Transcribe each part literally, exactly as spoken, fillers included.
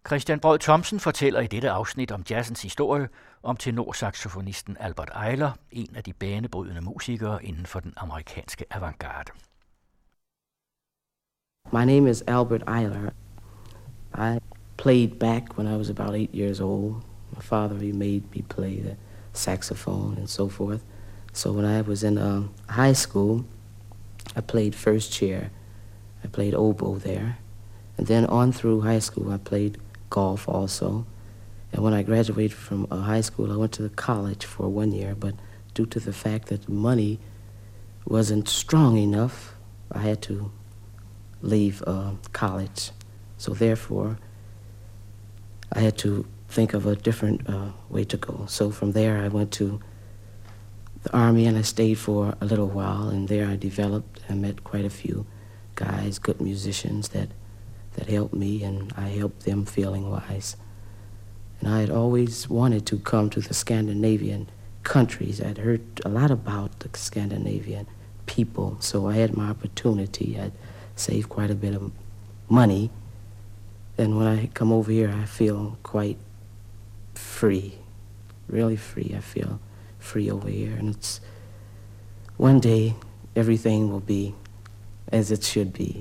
Christian Brød Thomsen fortæller i dette afsnit om jazzens historie om tenorsaxofonisten Albert Ayler, en af de banebrydende musikere inden for den amerikanske avantgarde. My name is Albert Ayler. I played back when I was about eight years old. My father, he made me play the saxophone and so forth. So when I was in uh, high school, I played first chair. I played oboe there. And then on through high school, I played golf also. And when I graduated from uh, high school, I went to the college for one year, but due to the fact that money wasn't strong enough, I had to leave uh, college. So therefore, I had to think of a different uh, way to go. So from there, I went to the Army, and I stayed for a little while, and there I developed and met quite a few guys, good musicians that, that helped me, and I helped them feeling-wise. And I had always wanted to come to the Scandinavian countries. I'd heard a lot about the Scandinavian people, so I had my opportunity. I'd saved quite a bit of money. And when I come over here, I feel quite free, really free. I feel free over here, and it's one day everything will be as it should be.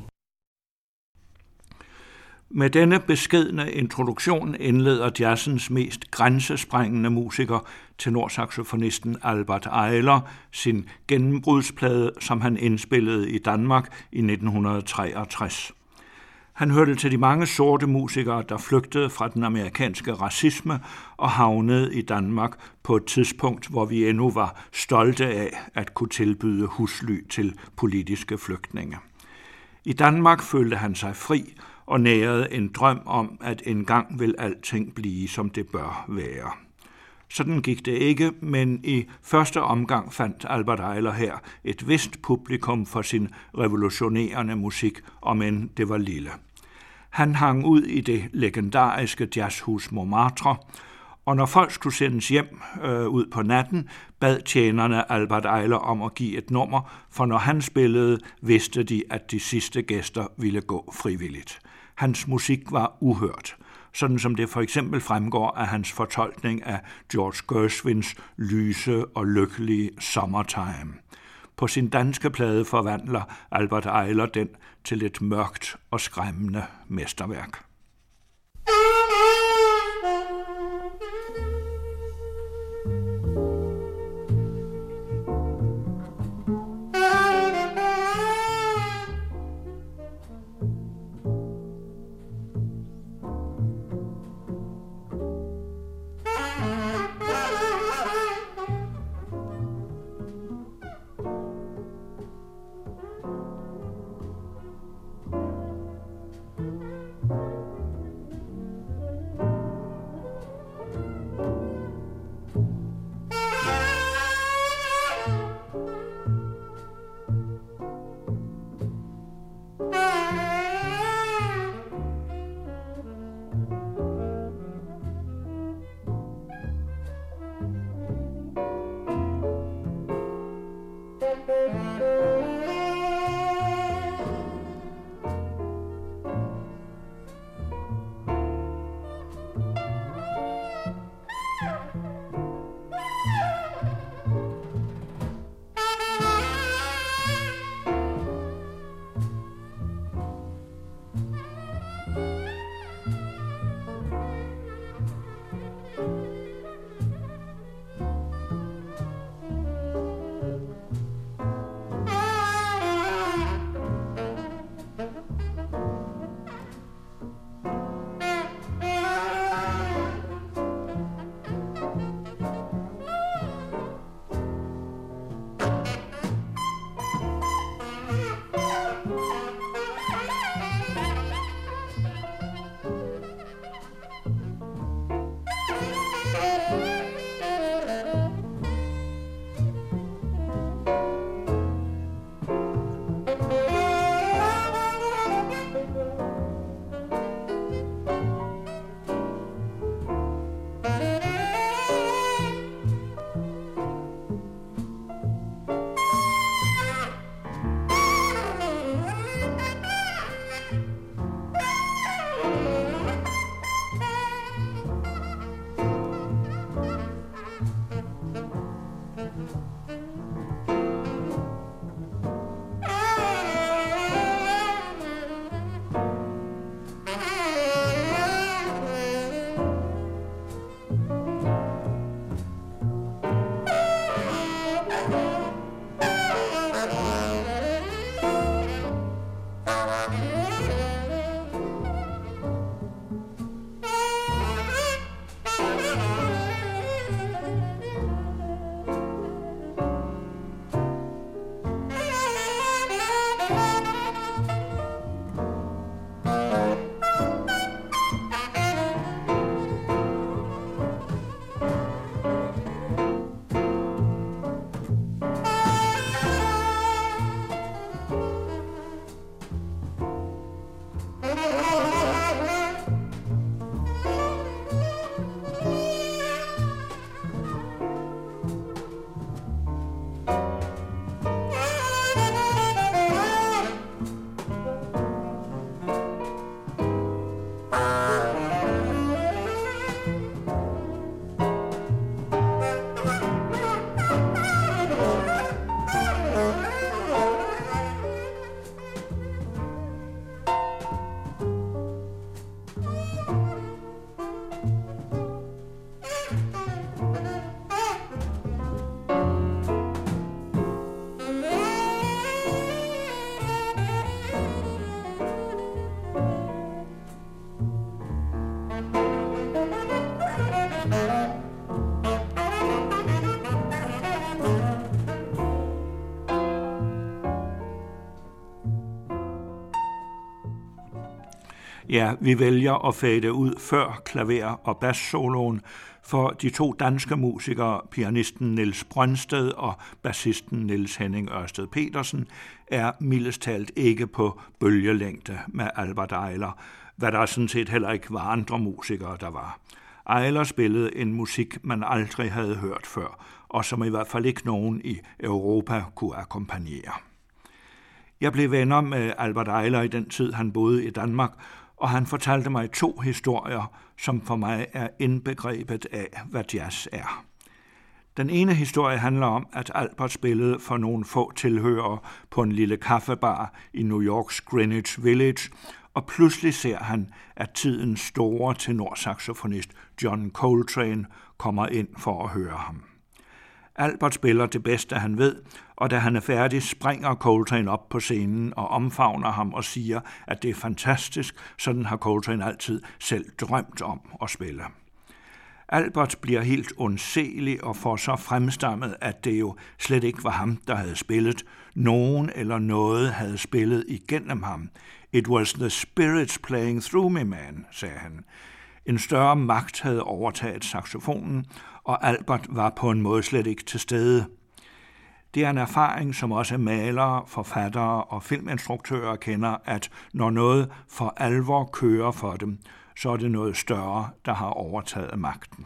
Med denne beskedne introduktion indleder jazzens mest grænsesprængende musiker, tenorsaxofonisten Albert Ayler, sin gennembrudsplade, som han indspillede i Danmark i nitten treogtres. Han hørte til de mange sorte musikere, der flygtede fra den amerikanske racisme og havnede i Danmark på et tidspunkt, hvor vi endnu var stolte af at kunne tilbyde husly til politiske flygtninge. I Danmark følte han sig fri og nærede en drøm om, at engang vil alting blive, som det bør være. Sådan gik det ikke, men i første omgang fandt Albert Ayler her et vist publikum for sin revolutionerende musik, om end det var lille. Han hang ud i det legendariske jazzhus Montmartre, og når folk skulle sendes hjem øh, ud på natten, bad tjenerne Albert Ayler om at give et nummer, for når han spillede, vidste de, at de sidste gæster ville gå frivilligt. Hans musik var uhørt, sådan som det for eksempel fremgår af hans fortolkning af George Gershwins lyse og lykkelige Summertime. På sin danske plade forvandler Albert Ayler den til et mørkt og skræmmende mesterværk. Ja, vi vælger at fade ud før klaver- og bassoloen, for de to danske musikere, pianisten Niels Brøndsted og bassisten Niels Henning Ørsted Petersen, er mildest talt ikke på bølgelængde med Albert Ayler, hvad der sådan set heller ikke var andre musikere, der var. Ayler spillede en musik, man aldrig havde hørt før, og som i hvert fald ikke nogen i Europa kunne akkompagnere. Jeg blev venner med Albert Ayler i den tid, han boede i Danmark, og han fortalte mig to historier, som for mig er indbegrebet af, hvad jazz er. Den ene historie handler om, at Albert spillede for nogle få tilhørere på en lille kaffebar i New Yorks Greenwich Village, og pludselig ser han, at tidens store tenorsaxofonist John Coltrane kommer ind for at høre ham. Albert spiller det bedste, han ved, og da han er færdig, springer Coltrane op på scenen og omfavner ham og siger, at det er fantastisk, sådan har Coltrane altid selv drømt om at spille. Albert bliver helt undselig og får så fremstammet, at det jo slet ikke var ham, der havde spillet. Nogen eller noget havde spillet igennem ham. It was the spirits playing through me, man, sagde han. En større magt havde overtaget saxofonen, og Albert var på en måde slet ikke til stede. Det er en erfaring, som også malere, forfattere og filminstruktører kender, at når noget for alvor kører for dem, så er det noget større, der har overtaget magten.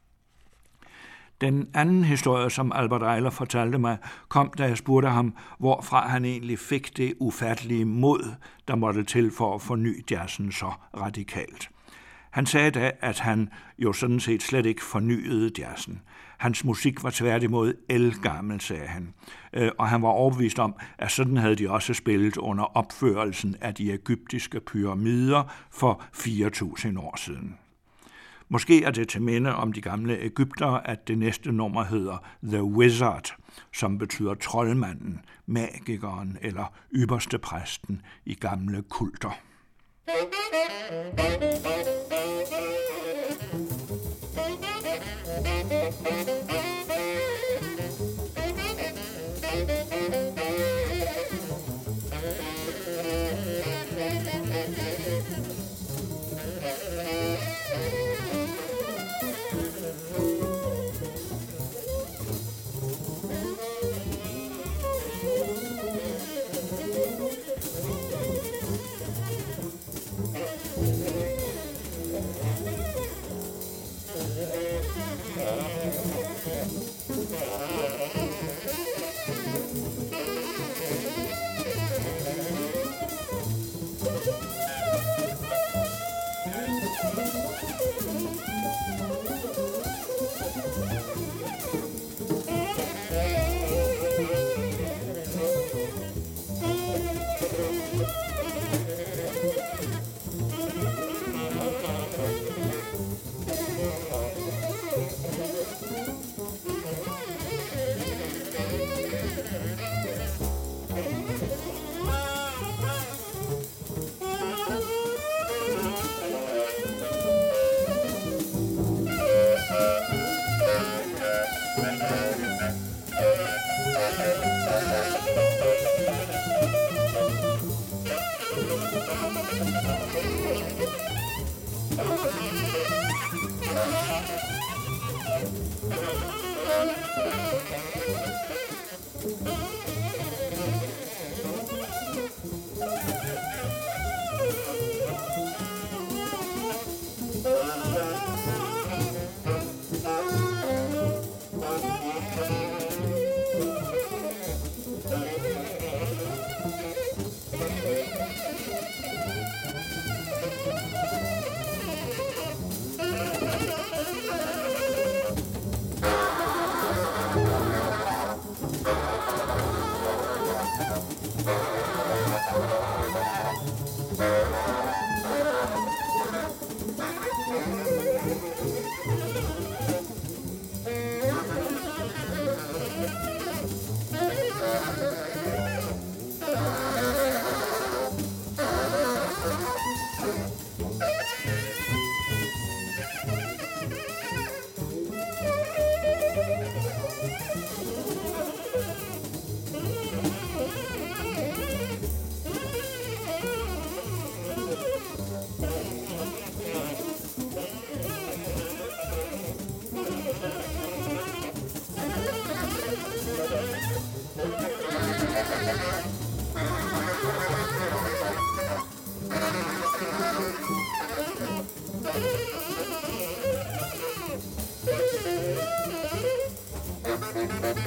Den anden historie, som Albert Ayler fortalte mig, kom, da jeg spurgte ham, hvorfra han egentlig fik det ufattelige mod, der måtte til for at forny jazzen så radikalt. Han sagde da, at han jo sådan set slet ikke fornyede jazzen. Hans musik var tværtimod ældgammel, sagde han, og han var overbevist om, at sådan havde de også spillet under opførelsen af de egyptiske pyramider for fire tusind år siden. Måske er det til minde om de gamle egyptere, at det næste nummer hedder The Wizard, som betyder troldmanden, magikeren eller ypperste præsten i gamle kulter.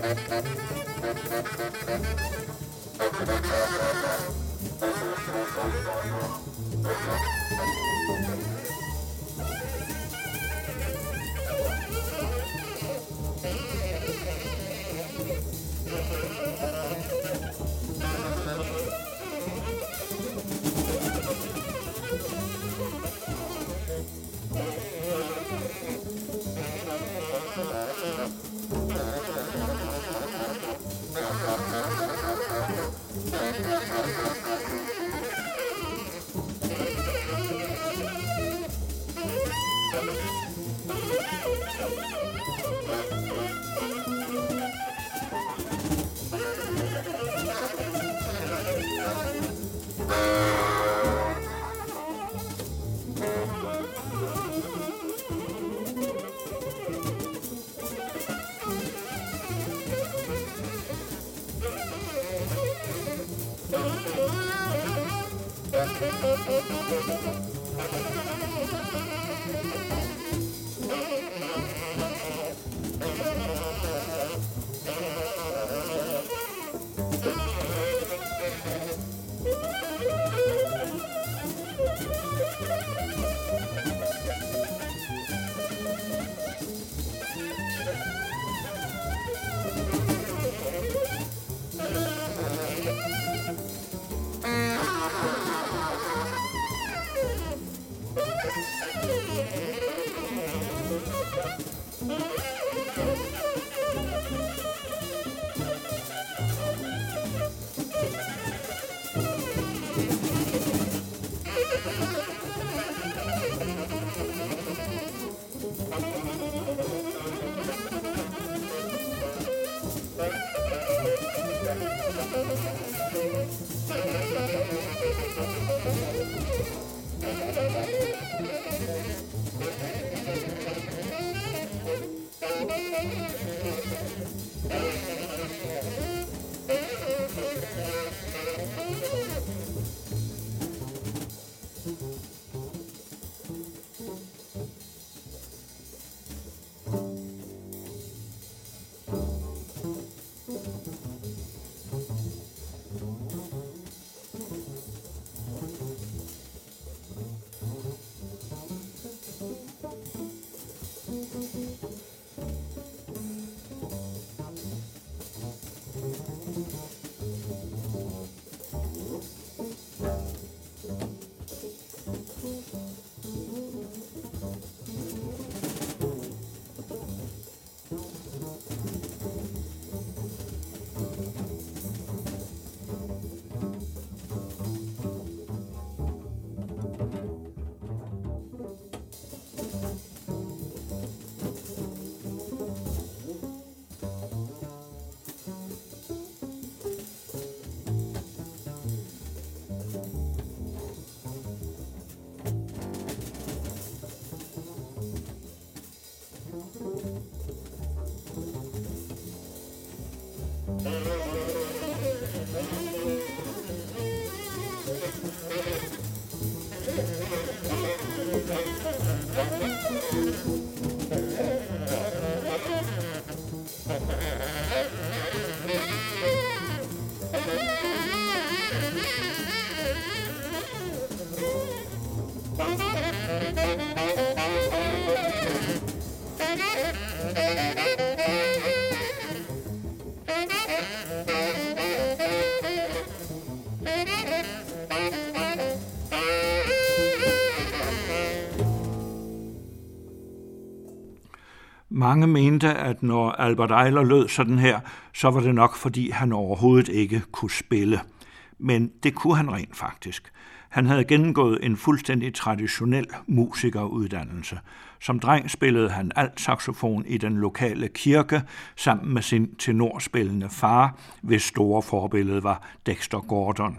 Mange mente, at når Albert Ayler lød sådan her, så var det nok, fordi han overhovedet ikke kunne spille. Men det kunne han rent faktisk. Han havde gennemgået en fuldstændig traditionel musikeruddannelse. Som dreng spillede han altsaxofon i den lokale kirke sammen med sin tenorspillende far, hvis store forbillede var Dexter Gordon.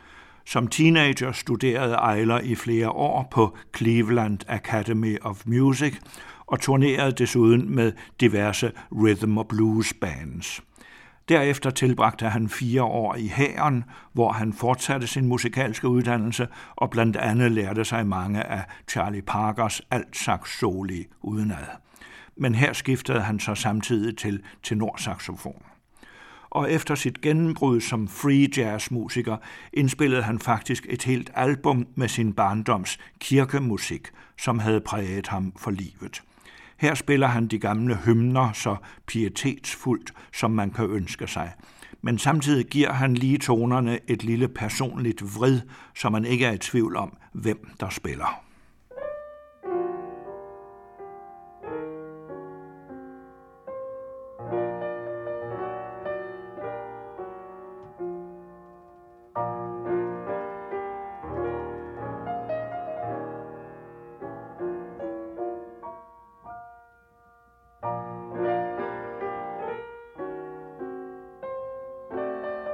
Som teenager studerede Ayler i flere år på Cleveland Academy of Music og turnerede desuden med diverse rhythm og blues bands. Derefter tilbragte han fire år i hæren, hvor han fortsatte sin musikalske uddannelse og blandt andet lærte sig mange af Charlie Parkers altsax-soli udenad. Men her skiftede han så samtidig til tenorsaxofon. og efter sit gennembrud som free jazzmusiker indspillede han faktisk et helt album med sin barndoms kirkemusik, som havde præget ham for livet. Her spiller han de gamle hymner så pietetsfuldt, som man kan ønske sig. Men samtidig giver han lige tonerne et lille personligt vrid, så man ikke er i tvivl om, hvem der spiller.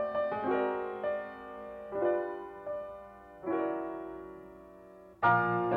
Thank you.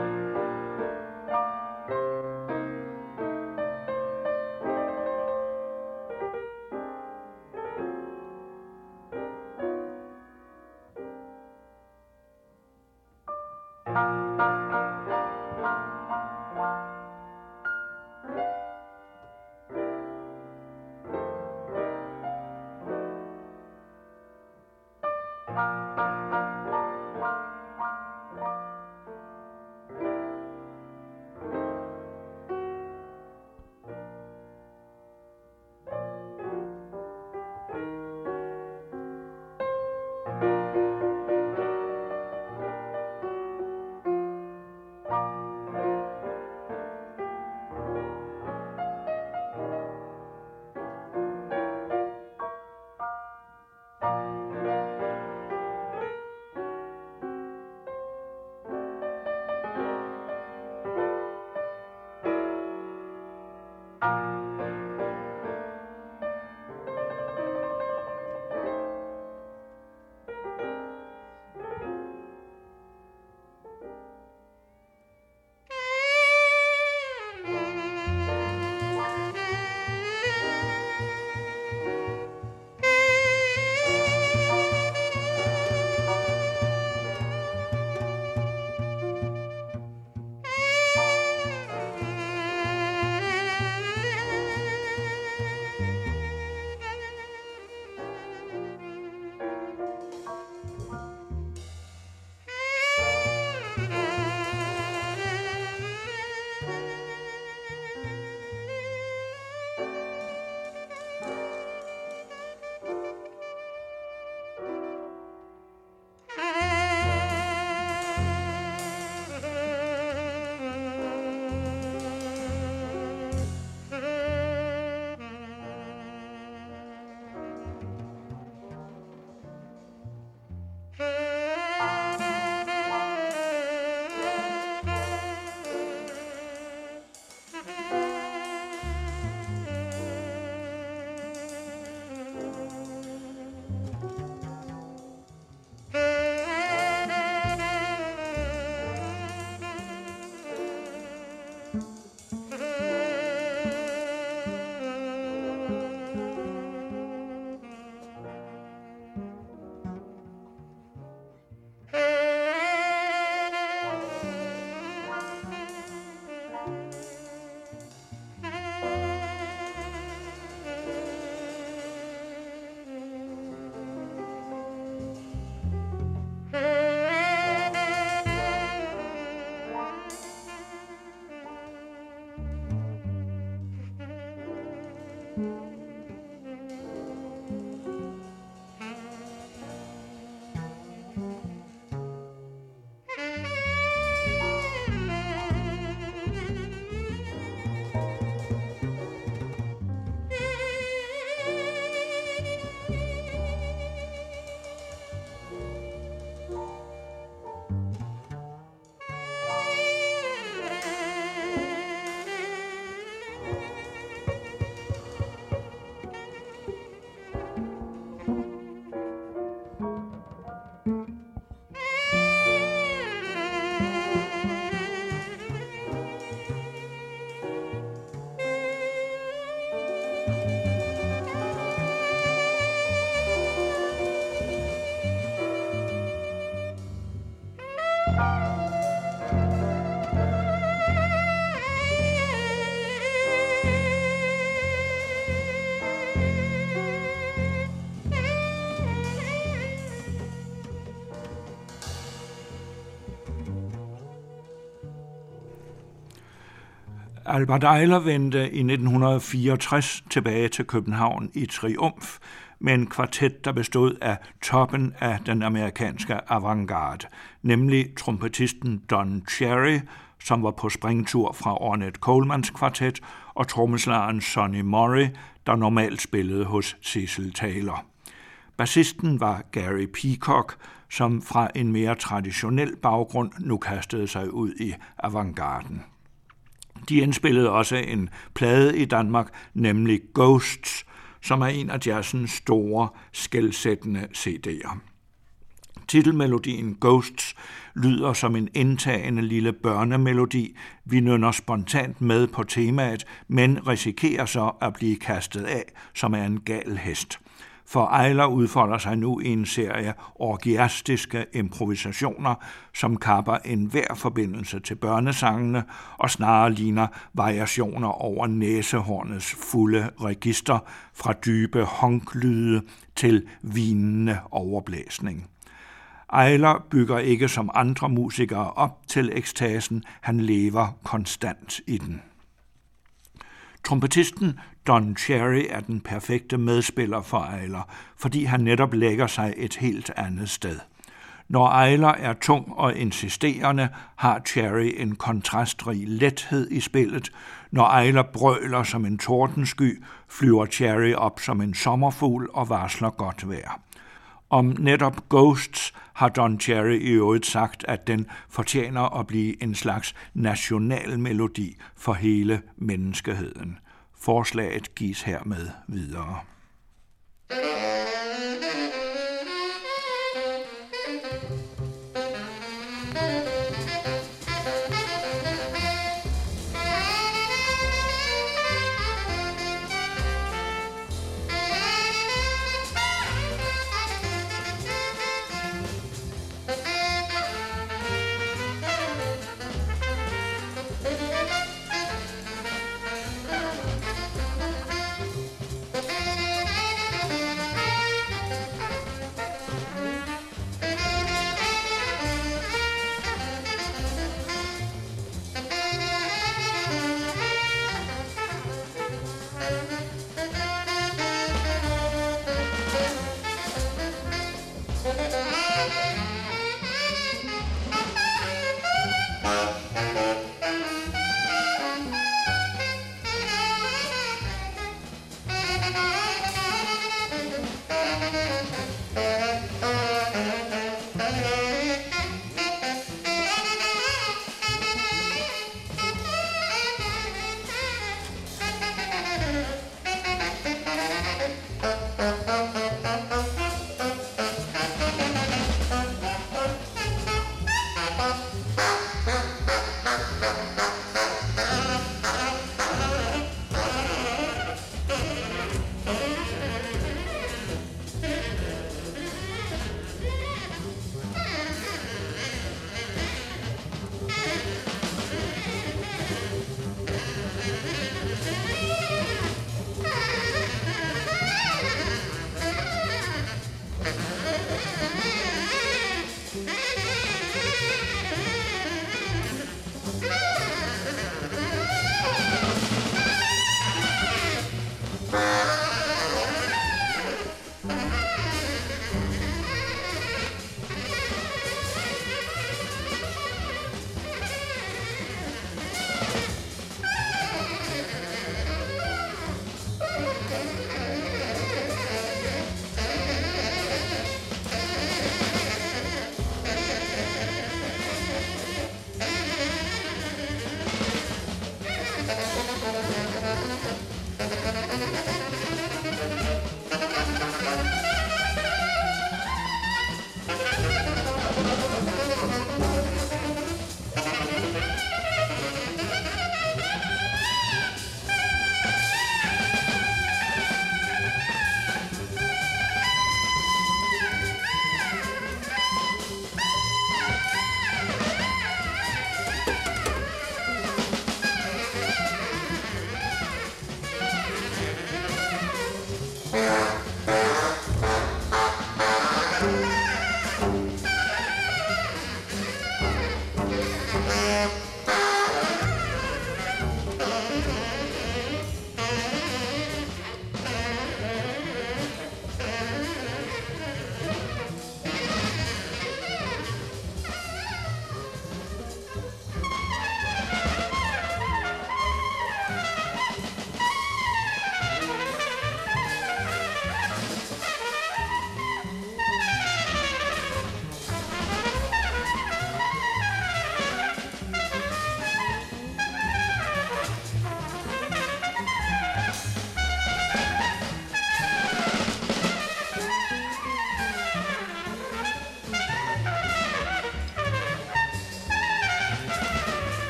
Albert Ayler vendte i nitten fireogtres tilbage til København i triumf med en kvartet, der bestod af toppen af den amerikanske avantgarde, nemlig trompetisten Don Cherry, som var på springtur fra Ornette Colemans kvartet, og trommeslageren Sonny Murray, der normalt spillede hos Cecil Taylor. Bassisten var Gary Peacock, som fra en mere traditionel baggrund nu kastede sig ud i avantgarden. De indspillede også en plade i Danmark, nemlig Ghosts, som er en af jazzens store, skelsættende C D'er. Titelmelodien Ghosts lyder som en indtagende lille børnemelodi. Vi nynner spontant med på temaet, men risikerer så at blive kastet af, som er en gal hest. For Ayler udfolder sig nu i en serie orgiastiske improvisationer, som kapper enhver forbindelse til børnesangene og snarere ligner variationer over næsehornets fulde register fra dybe honklyde til vinende overblæsning. Ayler bygger ikke som andre musikere op til ekstasen, han lever konstant i den. Trompetisten Don Cherry er den perfekte medspiller for Ayler, fordi han netop lægger sig et helt andet sted. Når Ayler er tung og insisterende, har Cherry en kontrastrig lethed i spillet. Når Ayler brøler som en tordensky, flyver Cherry op som en sommerfugl og varsler godt vejr. Om netop Ghosts har Don Cherry i øvrigt sagt, at den fortjener at blive en slags national melodi for hele menneskeheden. Forslaget gives hermed videre.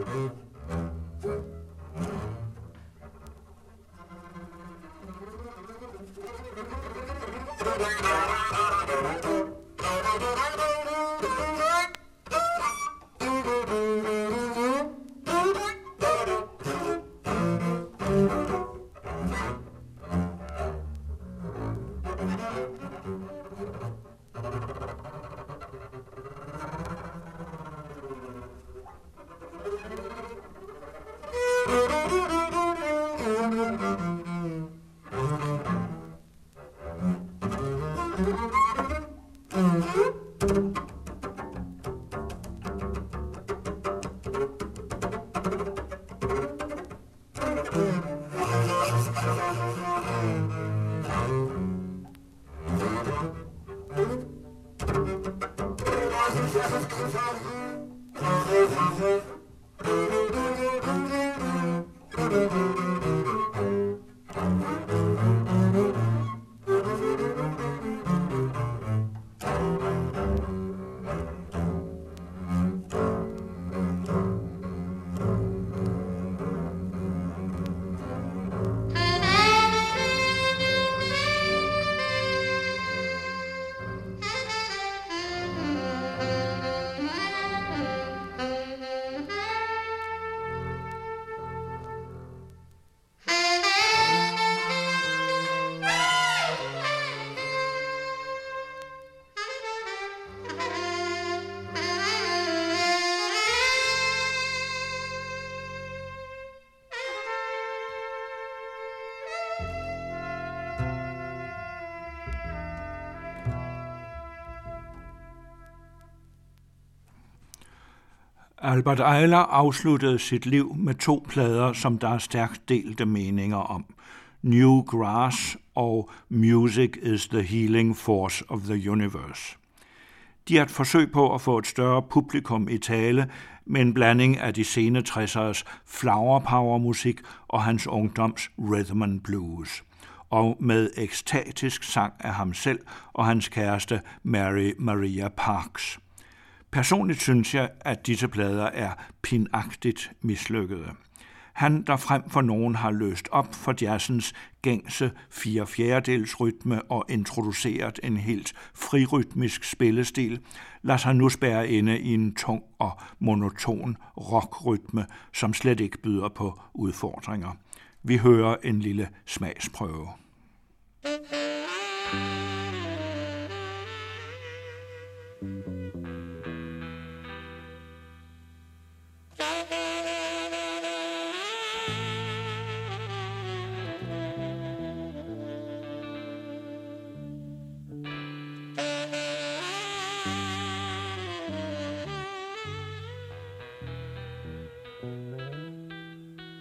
Albert Ayler afsluttede sit liv med to plader, som der er stærkt delte meninger om. New Grass og Music is the Healing Force of the Universe. De er et forsøg på at få et større publikum i tale med en blanding af de sene tressers flower power musik og hans ungdoms rhythm and blues, og med ekstatisk sang af ham selv og hans kæreste Mary Maria Parks. Personligt synes jeg, at disse plader er pinagtigt mislykkede. Han, der frem for nogen har løst op for jazzens gængse fire fjerdedels rytme og introduceret en helt frirytmisk spillestil, lader sig nu spærre inde i en tung og monoton rockrytme, som slet ikke byder på udfordringer. Vi hører en lille smagsprøve.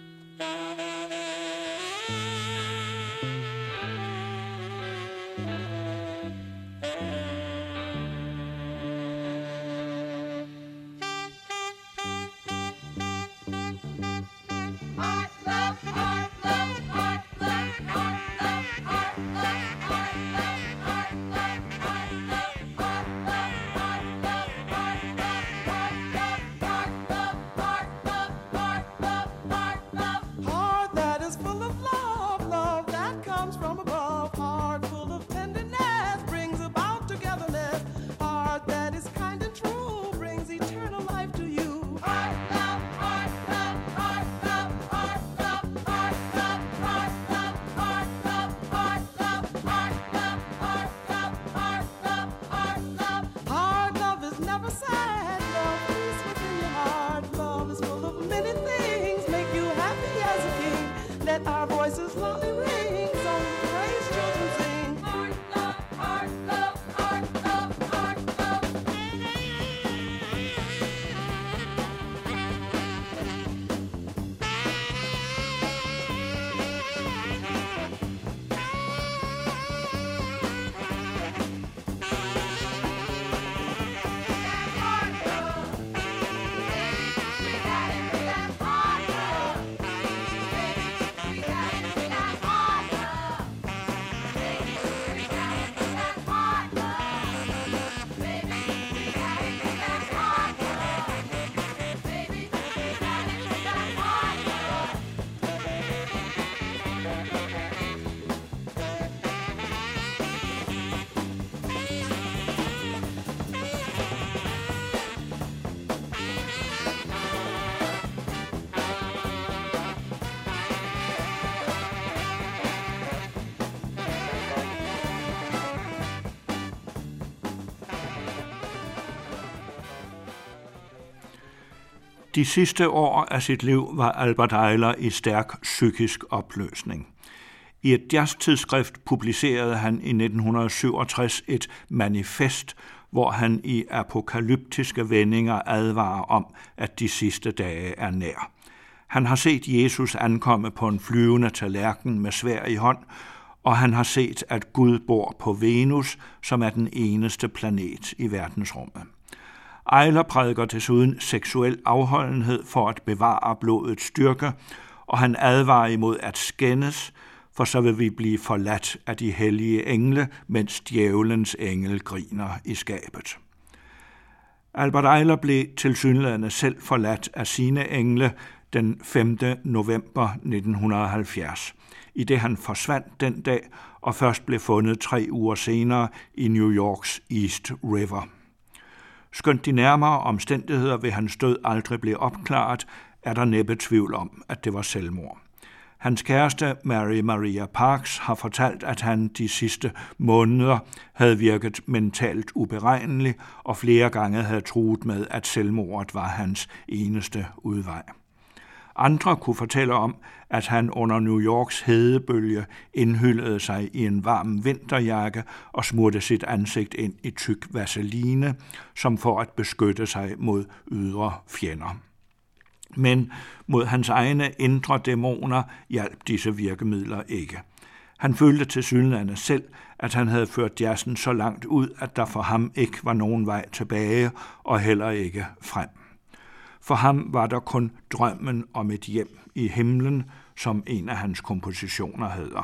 Thank you. De sidste år af sit liv var Albert Ayler i stærk psykisk opløsning. I et jazztidsskrift publicerede han i nitten syvogtres et manifest, hvor han i apokalyptiske vendinger advarer om, at de sidste dage er nær. Han har set Jesus ankomme på en flyvende tallerken med sværd i hånd, og han har set, at Gud bor på Venus, som er den eneste planet i verdensrummet. Ayler prædiker desuden seksuel afholdenhed for at bevare blodets styrke, og han advarer imod at skændes, for så vil vi blive forladt af de hellige engle, mens djævelens engel griner i skabet. Albert Ayler blev tilsyneladende selv forladt af sine engle den femte november nitten halvfjerds, i det han forsvandt den dag og først blev fundet tre uger senere i New Yorks East River. Skønt de nærmere omstændigheder ved hans død aldrig blev opklaret, er der næppe tvivl om, at det var selvmord. Hans kæreste, Mary Maria Parks, har fortalt, at han de sidste måneder havde virket mentalt uberegnelig og flere gange havde truet med, at selvmordet var hans eneste udvej. Andre kunne fortælle om, at han under New Yorks hedebølge indhyllede sig i en varm vinterjakke og smurte sit ansigt ind i tyk vaseline, som for at beskytte sig mod ydre fjender. Men mod hans egne indre dæmoner hjalp disse virkemidler ikke. Han følte tilsyneladende selv, at han havde ført jazzen så langt ud, at der for ham ikke var nogen vej tilbage og heller ikke frem. For ham var der kun drømmen om et hjem i himlen, som en af hans kompositioner hedder.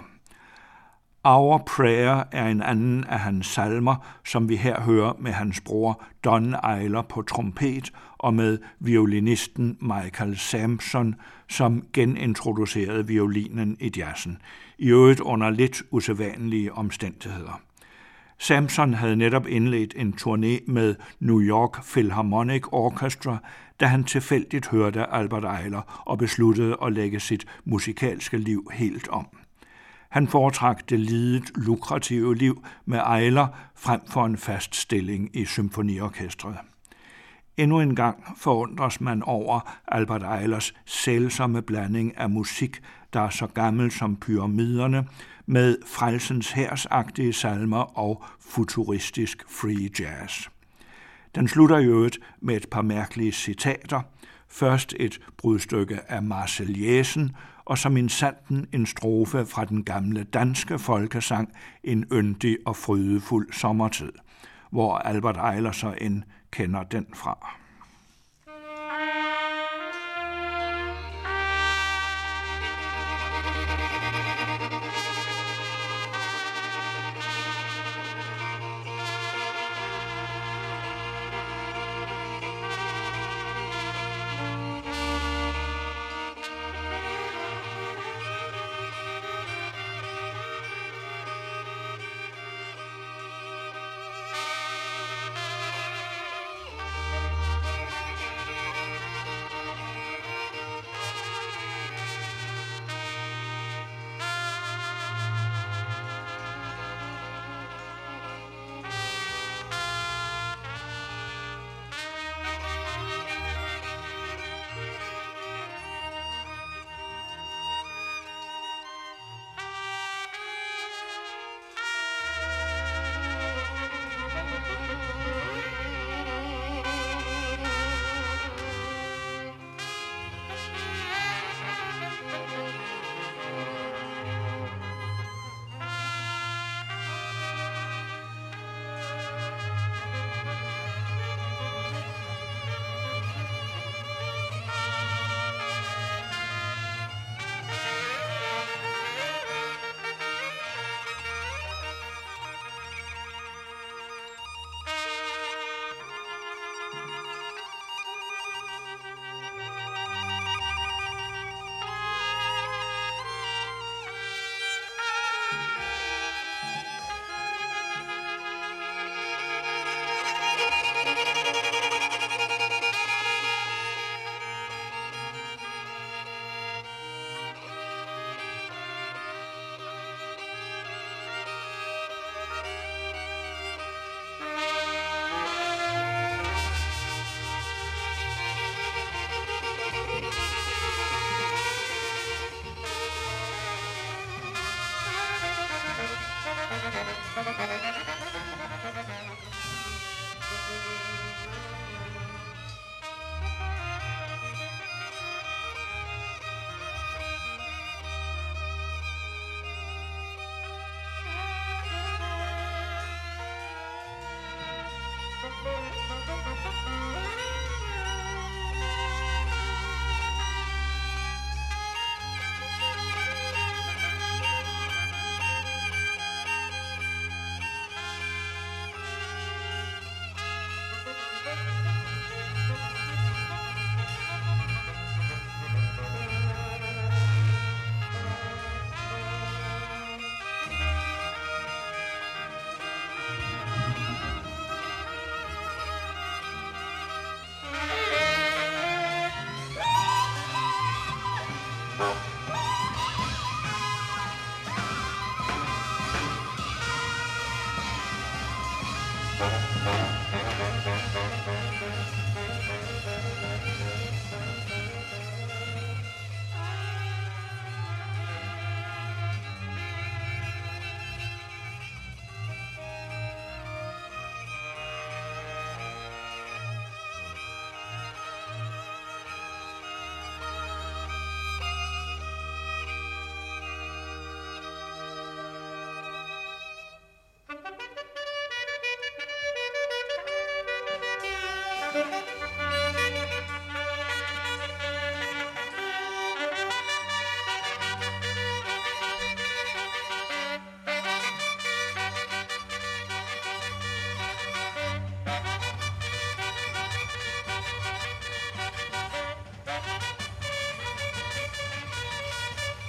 Our Prayer er en anden af hans salmer, som vi her hører med hans bror Don Ayler på trompet og med violinisten Michael Sampson, som genintroducerede violinen i jazzen, i øvrigt under lidt usædvanlige omstændigheder. Sampson havde netop indledt en turné med New York Philharmonic Orchestra, da han tilfældigt hørte Albert Ayler og besluttede at lægge sit musikalske liv helt om. Han foretrak det lidet lukrative liv med Ayler frem for en fast stilling i symfoniorkestret. Endnu en gang forundres man over Albert Aylers sælsomme blanding af musik, der er så gammel som pyramiderne, med frelsens hærsagtige salmer og futuristisk free jazz. Den slutter i øvrigt med et par mærkelige citater. Først et brudstykke af Marseillaisen, og som en sanden en strofe fra den gamle danske folkesang En yndig og frydefuld sommertid, hvor Albert Ayler så end kender den fra.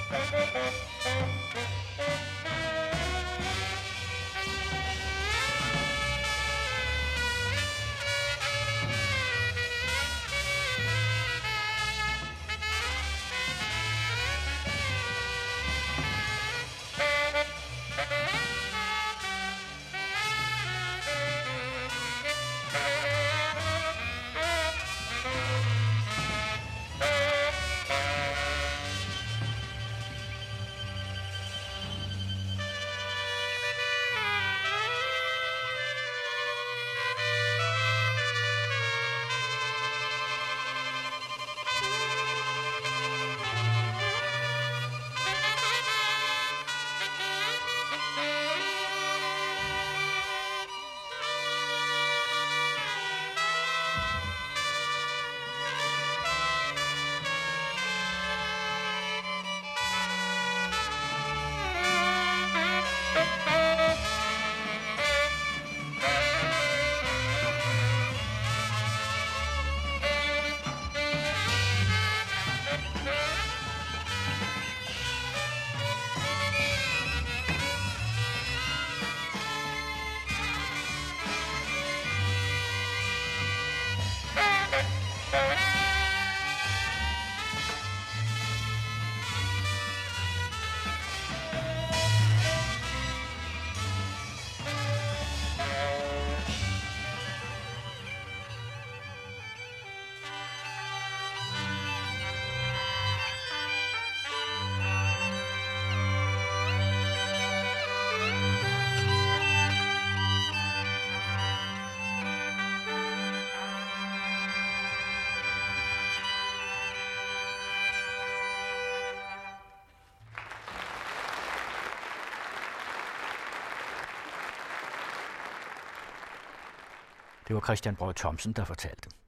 Det var Christian Braag Thomsen, der fortalte.